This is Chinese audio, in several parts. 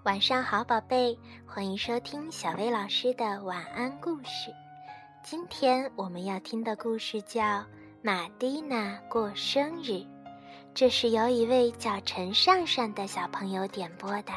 晚上好，宝贝，欢迎收听小薇老师的晚安故事。今天我们要听的故事叫《马蒂娜过生日》，这是由一位叫陈尚尚的小朋友点播的。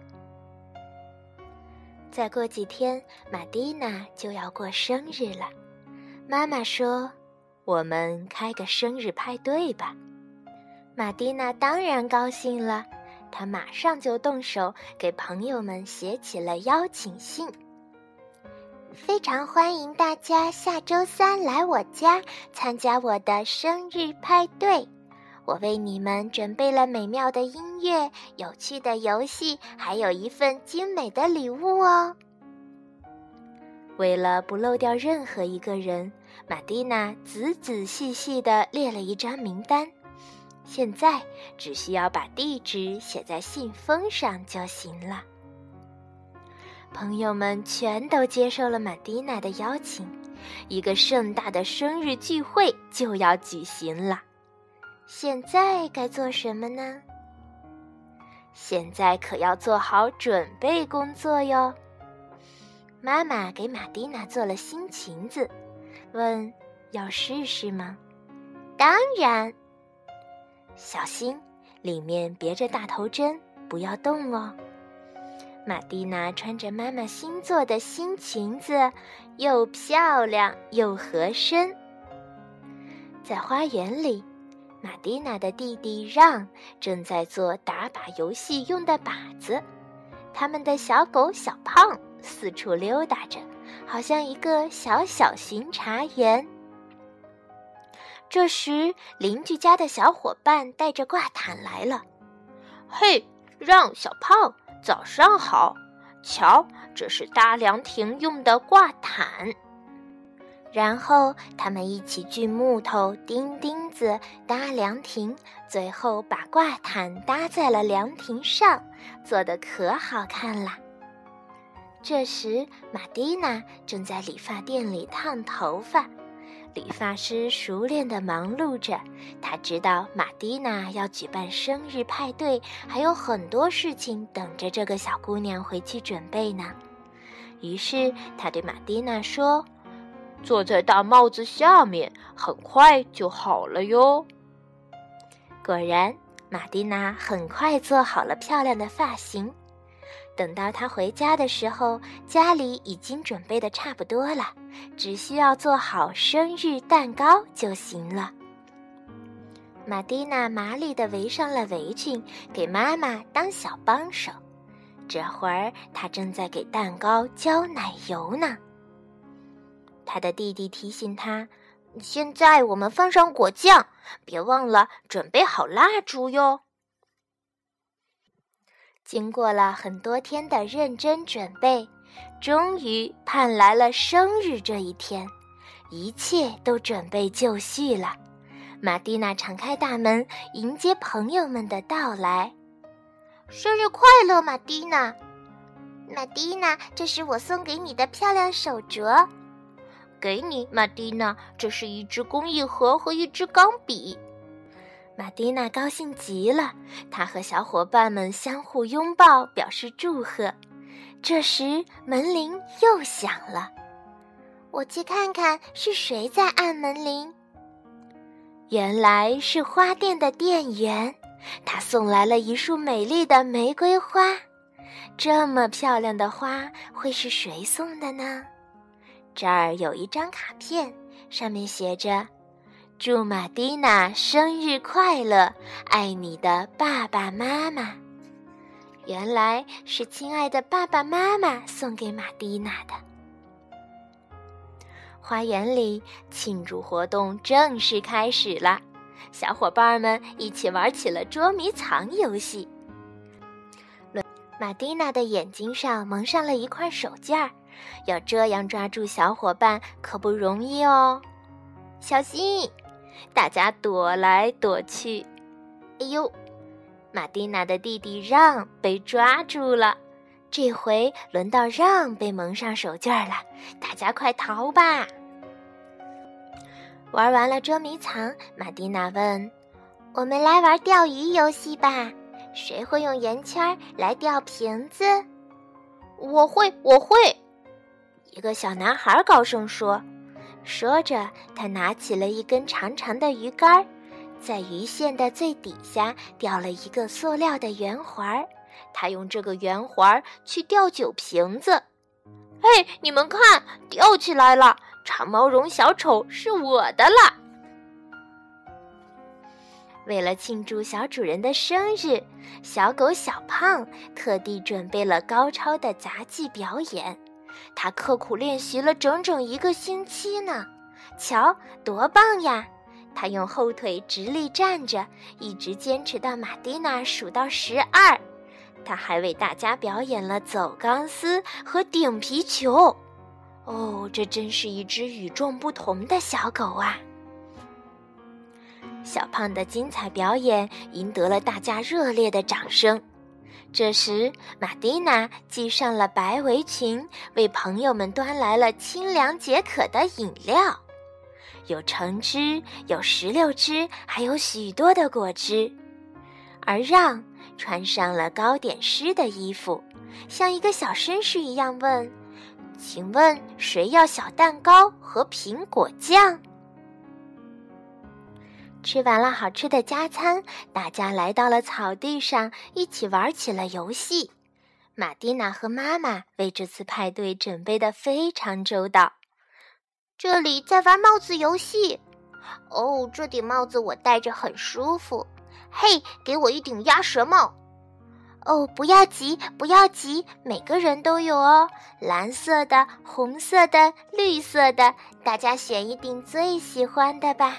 再过几天，马蒂娜就要过生日了。妈妈说，我们开个生日派对吧。马蒂娜当然高兴了，她马上就动手给朋友们写起了邀请信。非常欢迎大家下周3来我家参加我的生日派对，我为你们准备了美妙的音乐、有趣的游戏，还有一份精美的礼物哦。为了不漏掉任何一个人，马蒂娜仔仔细细地列了一张名单，现在只需要把地址写在信封上就行了。朋友们全都接受了马蒂娜的邀请，一个盛大的生日聚会就要举行了。现在该做什么呢？现在可要做好准备工作哟。妈妈给马蒂娜做了新裙子，问要试试吗？当然。小心，里面别着大头针，不要动哦。马蒂娜穿着妈妈新做的新裙子，又漂亮又合身。在花园里，马蒂娜的弟弟让正在做打靶游戏用的靶子，他们的小狗小胖四处溜达着，好像一个小小巡查员。这时，邻居家的小伙伴带着挂毯来了。嘿，让小胖，早上好！瞧，这是搭凉亭用的挂毯。然后他们一起锯木头、钉钉子、搭凉亭，最后把挂毯搭在了凉亭上，做得可好看了。这时，马蒂娜正在理发店里烫头发。理发师熟练地忙碌着，他知道马蒂娜要举办生日派对，还有很多事情等着这个小姑娘回去准备呢。于是他对马蒂娜说，坐在大帽子下面，很快就好了哟。果然，马蒂娜很快做好了漂亮的发型。等到她回家的时候，家里已经准备得差不多了，只需要做好生日蛋糕就行了。马蒂娜麻利地围上了围裙，给妈妈当小帮手。这会儿她正在给蛋糕浇奶油呢。她的弟弟提醒她，现在我们放上果酱，别忘了准备好蜡烛哟。经过了很多天的认真准备，终于盼来了生日这一天，一切都准备就绪了。马蒂娜敞开大门，迎接朋友们的到来。生日快乐，马蒂娜！马蒂娜，这是我送给你的漂亮手镯。给你，马蒂娜，这是一只工艺盒和一支钢笔。马蒂娜高兴极了，她和小伙伴们相互拥抱，表示祝贺。这时门铃又响了，我去看看是谁在按门铃。原来是花店的店员，他送来了一束美丽的玫瑰花。这么漂亮的花，会是谁送的呢？这儿有一张卡片，上面写着，祝马蒂娜生日快乐，爱你的爸爸妈妈。原来是亲爱的爸爸妈妈送给马蒂娜的。花园里庆祝活动正式开始了，小伙伴们一起玩起了捉迷藏游戏。马蒂娜的眼睛上蒙上了一块手绢，要这样抓住小伙伴可不容易哦。小心！大家躲来躲去。哎呦，马蒂娜的弟弟让被抓住了，这回轮到让被蒙上手绢了，大家快逃吧！玩完了捉迷藏，马蒂娜问，我们来玩钓鱼游戏吧， 谁会用圆圈来吊瓶子？ 我会。 一个小男孩高声说。说着，他拿起了一根长长的鱼竿，在鱼线的最底下吊了一个塑料的圆环。他用这个圆环去吊酒瓶子。 嘿，你们看，吊起来了！长毛绒小丑是我的了。 为了庆祝小主人的生日，小狗小胖特地准备了高超的杂技表演。他刻苦练习了整整1个星期呢，瞧，多棒呀！他用后腿直立站着，一直坚持到马蒂娜数到12。他还为大家表演了走钢丝和顶皮球。哦，这真是一只与众不同的小狗啊！小胖的精彩表演赢得了大家热烈的掌声。这时，马蒂娜系上了白围裙，为朋友们端来了清凉解渴的饮料，有橙汁，有石榴汁，还有许多的果汁。而让穿上了糕点师的衣服，像一个小绅士一样问：“请问谁要小蛋糕和苹果酱？”吃完了好吃的加餐，大家来到了草地上，一起玩起了游戏。马蒂娜和妈妈为这次派对准备得非常周到。 这里在玩帽子游戏。哦，这顶帽子我戴着很舒服。嘿，给我一顶鸭舌帽。 哦，不要急，不要急，每个人都有哦，蓝色的、红色的、绿色的，大家选一顶最喜欢的吧。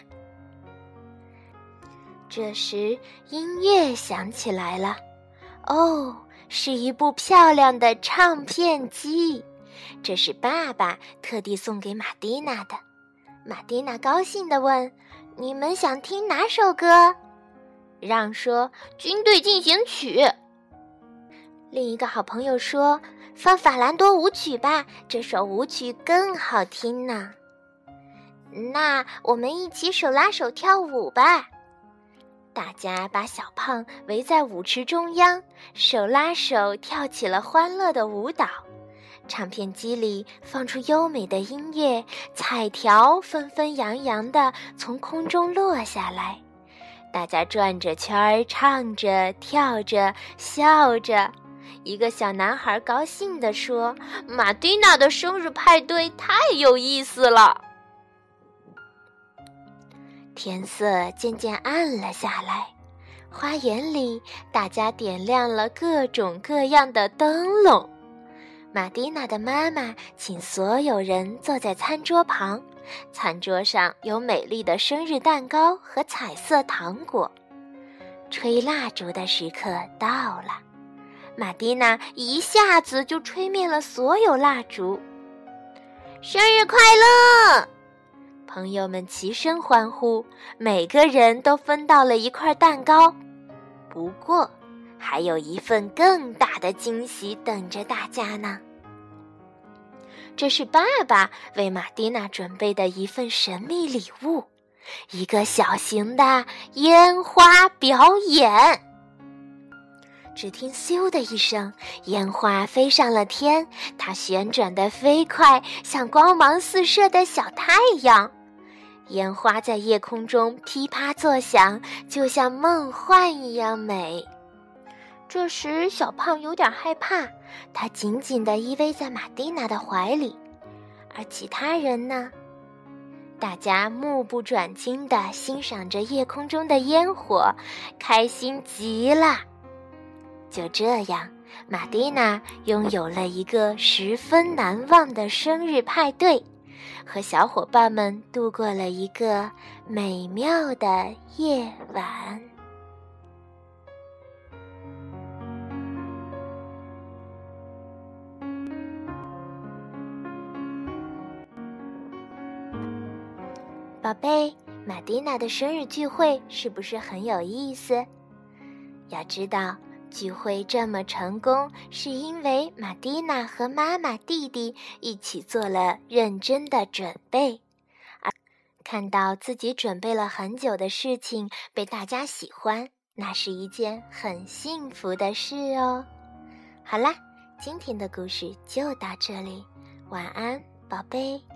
这时，音乐响起来了。哦，是一部漂亮的唱片机，这是爸爸特地送给马蒂娜的。马蒂娜高兴地问：“你们想听哪首歌？”让说：“ 军队进行曲。” 另一个好朋友说：“放法兰多舞曲吧，这首舞曲更好听呢。”那我们一起手拉手跳舞吧。大家把小胖围在舞池中央，手拉手跳起了欢乐的舞蹈。唱片机里放出优美的音乐，彩条纷纷扬扬地从空中落下来。大家转着圈儿，唱着，跳着，笑着。一个小男孩高兴地说：“ 马蒂娜的生日派对太有意思了。” 天色渐渐暗了下来，花园里大家点亮了各种各样的灯笼。马蒂娜的妈妈请所有人坐在餐桌旁，餐桌上有美丽的生日蛋糕和彩色糖果。吹蜡烛的时刻到了，马蒂娜一下子就吹灭了所有蜡烛。 生日快乐！ 朋友们齐声欢呼，每个人都分到了一块蛋糕。不过，还有一份更大的惊喜等着大家呢。这是爸爸为马蒂娜准备的一份神秘礼物，一个小型的烟花表演。只听咻的一声，烟花飞上了天，它旋转得飞快，像光芒四射的小太阳。烟花在夜空中噼啪作响，就像梦幻一样美。这时，小胖有点害怕，他紧紧地依偎在马蒂娜的怀里。而其他人呢？大家目不转睛地欣赏着夜空中的烟火，开心极了。就这样，马蒂娜拥有了一个十分难忘的生日派对，和小伙伴们度过了一个美妙的夜晚。宝贝，马蒂娜的生日聚会是不是很有意思？要知道，聚会这么成功，是因为马蒂娜和妈妈、弟弟一起做了认真的准备，而看到自己准备了很久的事情被大家喜欢， 那是一件很幸福的事哦。好啦，今天的故事就到这里，晚安，宝贝。